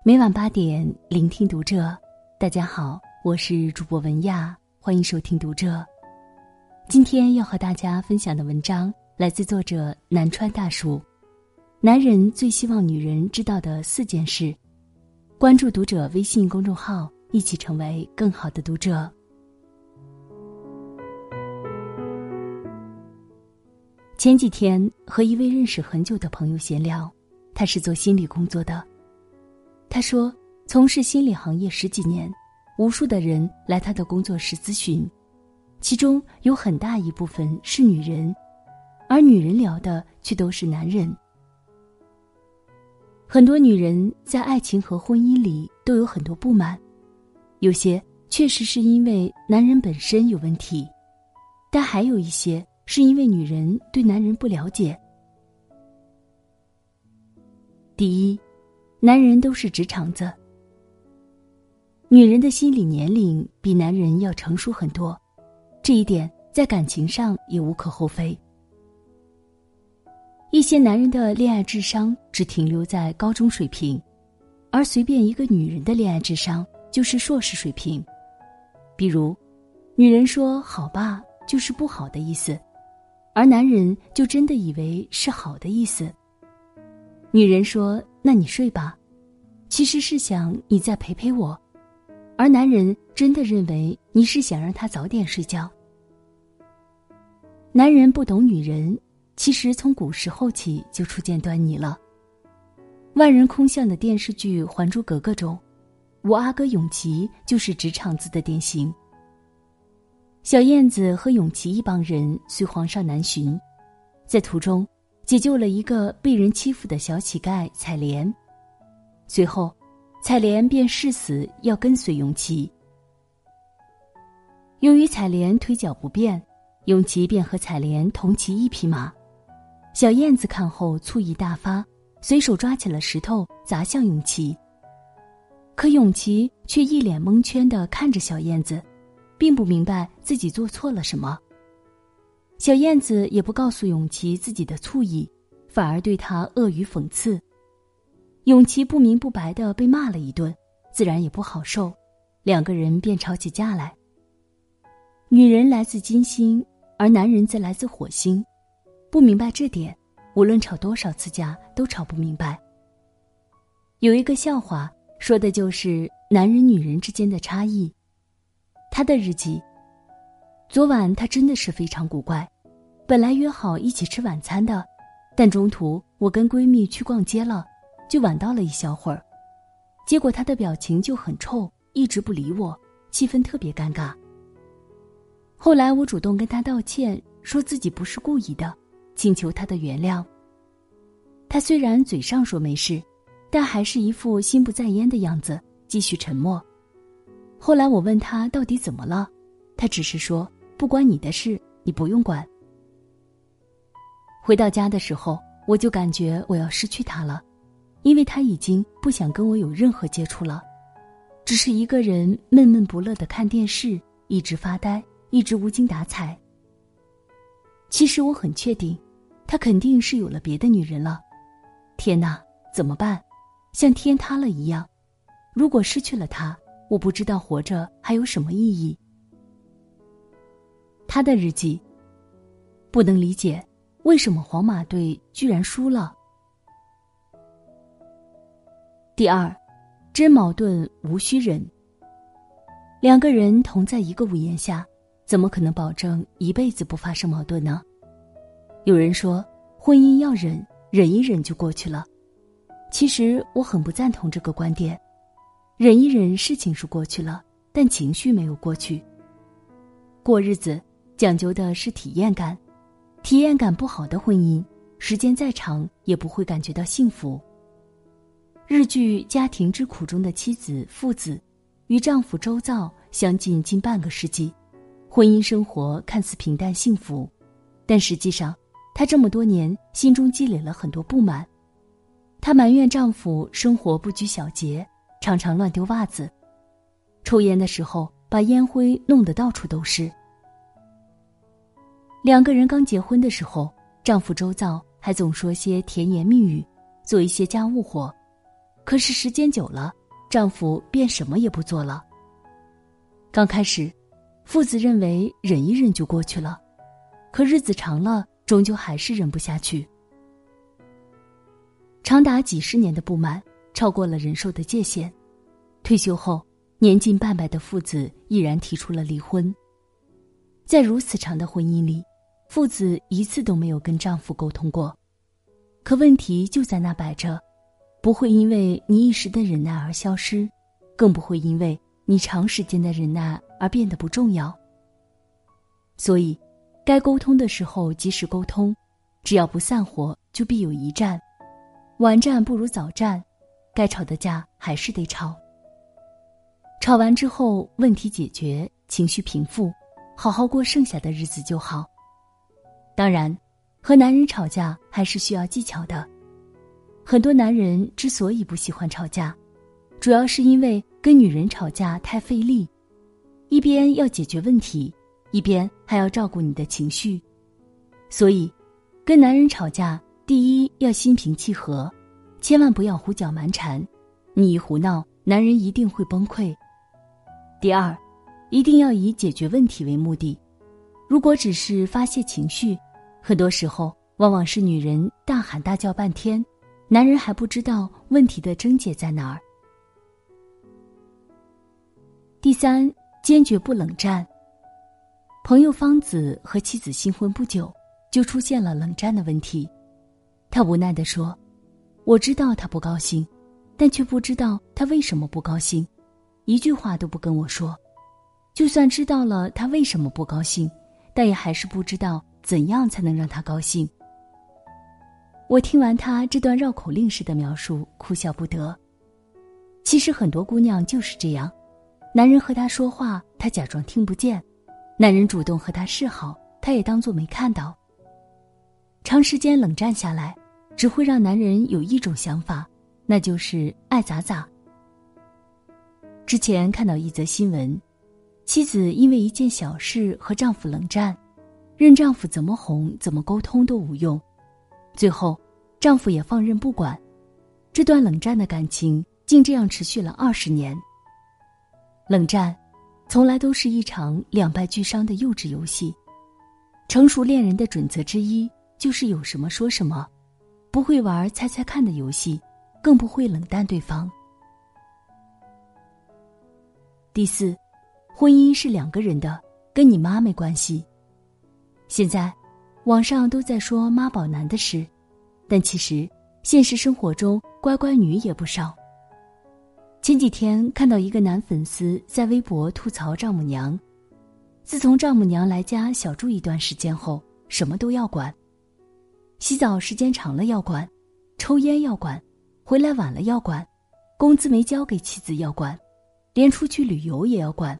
每晚8点，聆听读者。大家好，我是主播文亚，欢迎收听读者。今天要和大家分享的文章来自作者南川大树。男人最希望女人知道的4件事。关注读者微信公众号，一起成为更好的读者。前几天和一位认识很久的朋友闲聊，他是做心理工作的。他说，从事心理行业10几年，无数的人来他的工作室咨询，其中有很大一部分是女人，而女人聊的却都是男人。很多女人在爱情和婚姻里都有很多不满，有些确实是因为男人本身有问题，但还有一些是因为女人对男人不了解。第一，男人都是直肠子。女人的心理年龄比男人要成熟很多，这一点在感情上也无可厚非。一些男人的恋爱智商只停留在高中水平，而随便一个女人的恋爱智商就是硕士水平。比如，女人说好吧就是不好的意思，而男人就真的以为是好的意思。女人说那你睡吧，其实是想你再陪陪我，而男人真的认为你是想让他早点睡觉。男人不懂女人，其实从古时候起就初见端倪了。万人空巷的电视剧《还珠格格》中，五阿哥永琪就是直肠子的典型。小燕子和永琪一帮人随皇上南巡，在途中解救了一个被人欺负的小乞丐采莲，随后采莲便誓死要跟随永琪。由于采莲腿脚不便，永琪便和采莲同骑一匹马。小燕子看后醋意大发，随手抓起了石头砸向永琪。可永琪却一脸蒙圈地看着小燕子，并不明白自己做错了什么。小燕子也不告诉永琪自己的醋意，反而对他恶语讽刺。永琪不明不白地被骂了一顿，自然也不好受，两个人便吵起架来。女人来自金星，而男人则来自火星，不明白这点，无论吵多少次架都吵不明白。有一个笑话，说的就是男人女人之间的差异。他的日记，昨晚他真的是非常古怪，本来约好一起吃晚餐的，但中途我跟闺蜜去逛街了，就晚到了一小会儿，结果他的表情就很臭，一直不理我，气氛特别尴尬。后来我主动跟他道歉，说自己不是故意的，请求他的原谅。他虽然嘴上说没事，但还是一副心不在焉的样子，继续沉默。后来我问他到底怎么了，他只是说不关你的事，你不用管。回到家的时候，我就感觉我要失去他了，因为他已经不想跟我有任何接触了，只是一个人闷闷不乐地看电视，一直发呆，一直无精打采。其实我很确定，他肯定是有了别的女人了。天哪，怎么办？像天塌了一样。如果失去了他，我不知道活着还有什么意义。他的日记，不能理解为什么皇马队居然输了。第二，真矛盾无需忍。两个人同在一个屋檐下，怎么可能保证一辈子不发生矛盾呢？有人说婚姻要忍，忍一忍就过去了。其实我很不赞同这个观点，忍一忍事情是过去了，但情绪没有过去。过日子讲究的是体验感，体验感不好的婚姻，时间再长也不会感觉到幸福。日剧《家庭之苦》中的妻子富子与丈夫周造相近近半个世纪，婚姻生活看似平淡幸福，但实际上她这么多年心中积累了很多不满。她埋怨丈夫生活不拘小节，常常乱丢袜子，抽烟的时候把烟灰弄得到处都是。两个人刚结婚的时候，丈夫周造还总说些甜言蜜语，做一些家务活。 可是时间久了，丈夫便什么也不做了。刚开始，父子认为忍一忍就过去了，可日子长了，终究还是忍不下去。长达几十年的不满超过了忍受的界限，退休后年近半百的父子毅然提出了离婚。在如此长的婚姻里，父子一次都没有跟丈夫沟通过，可问题就在那摆着，不会因为你一时的忍耐而消失，更不会因为你长时间的忍耐而变得不重要。所以该沟通的时候及时沟通，只要不散伙就必有一战，晚战不如早战，该吵的架还是得吵。吵完之后问题解决，情绪平复，好好过剩下的日子就好。当然，和男人吵架还是需要技巧的。很多男人之所以不喜欢吵架，主要是因为跟女人吵架太费力，一边要解决问题，一边还要照顾你的情绪。所以，跟男人吵架，第一要心平气和，千万不要胡搅蛮缠，你一胡闹，男人一定会崩溃。第二，一定要以解决问题为目的。如果只是发泄情绪，很多时候往往是女人大喊大叫半天，男人还不知道问题的症结在哪儿。第三，坚决不冷战。朋友方子和妻子新婚不久，就出现了冷战的问题。他无奈地说，我知道他不高兴，但却不知道他为什么不高兴，一句话都不跟我说。就算知道了他为什么不高兴，但也还是不知道怎样才能让他高兴。我听完他这段绕口令式的描述，哭笑不得。其实很多姑娘就是这样，男人和她说话，她假装听不见；男人主动和她示好，她也当作没看到。长时间冷战下来，只会让男人有一种想法，那就是爱咋咋。之前看到一则新闻，妻子因为一件小事和丈夫冷战，任丈夫怎么哄怎么沟通都无用，最后丈夫也放任不管，这段冷战的感情竟这样持续了20年。冷战从来都是一场两败俱伤的幼稚游戏，成熟恋人的准则之一就是有什么说什么，不会玩猜猜看的游戏，更不会冷淡对方。第四，婚姻是2个人的，跟你妈没关系。现在网上都在说妈宝男的事，但其实现实生活中乖乖女也不少。前几天看到一个男粉丝在微博吐槽丈母娘，自从丈母娘来家小住一段时间后，什么都要管，洗澡时间长了要管，抽烟要管，回来晚了要管，工资没交给妻子要管，连出去旅游也要管。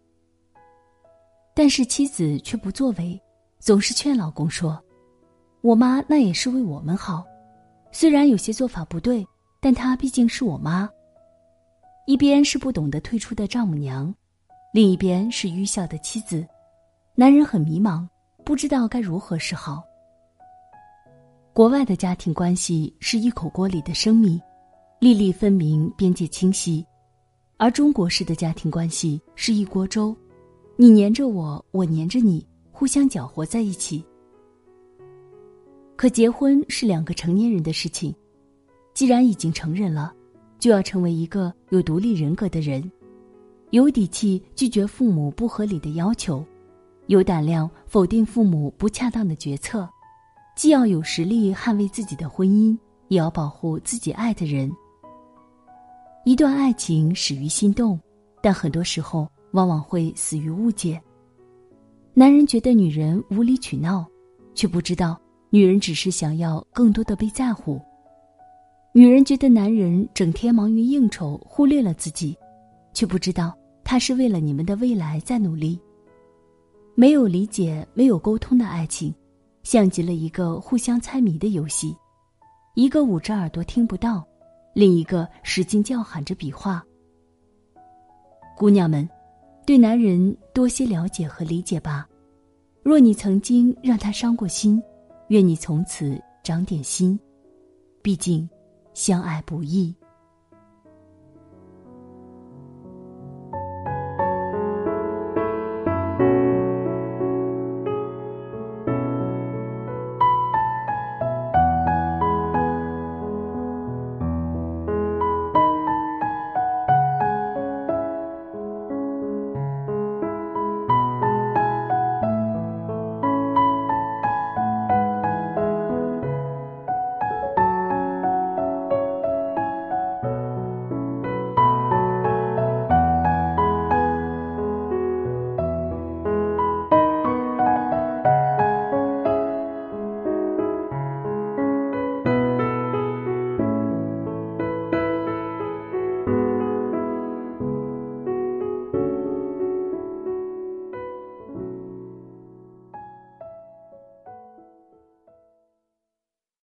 但是妻子却不作为，总是劝老公说，我妈那也是为我们好，虽然有些做法不对，但她毕竟是我妈。一边是不懂得退出的丈母娘，另一边是愚孝的妻子，男人很迷茫，不知道该如何是好。国外的家庭关系是一口锅里的生米，粒粒分明，边界清晰，而中国式的家庭关系是一锅粥，你黏着我，我黏着你，互相搅和在一起。可结婚是2个成年人的事情，既然已经成人了，就要成为一个有独立人格的人，有底气拒绝父母不合理的要求，有胆量否定父母不恰当的决策，既要有实力捍卫自己的婚姻，也要保护自己爱的人。一段爱情始于心动，但很多时候往往会死于误解。男人觉得女人无理取闹，却不知道女人只是想要更多的被在乎。女人觉得男人整天忙于应酬，忽略了自己，却不知道他是为了你们的未来在努力。没有理解，没有沟通的爱情，像极了一个互相猜谜的游戏，一个捂着耳朵听不到，另一个使劲叫喊着比划。姑娘们，对男人多些了解和理解吧，若你曾经让他伤过心，愿你从此长点心，毕竟相爱不易。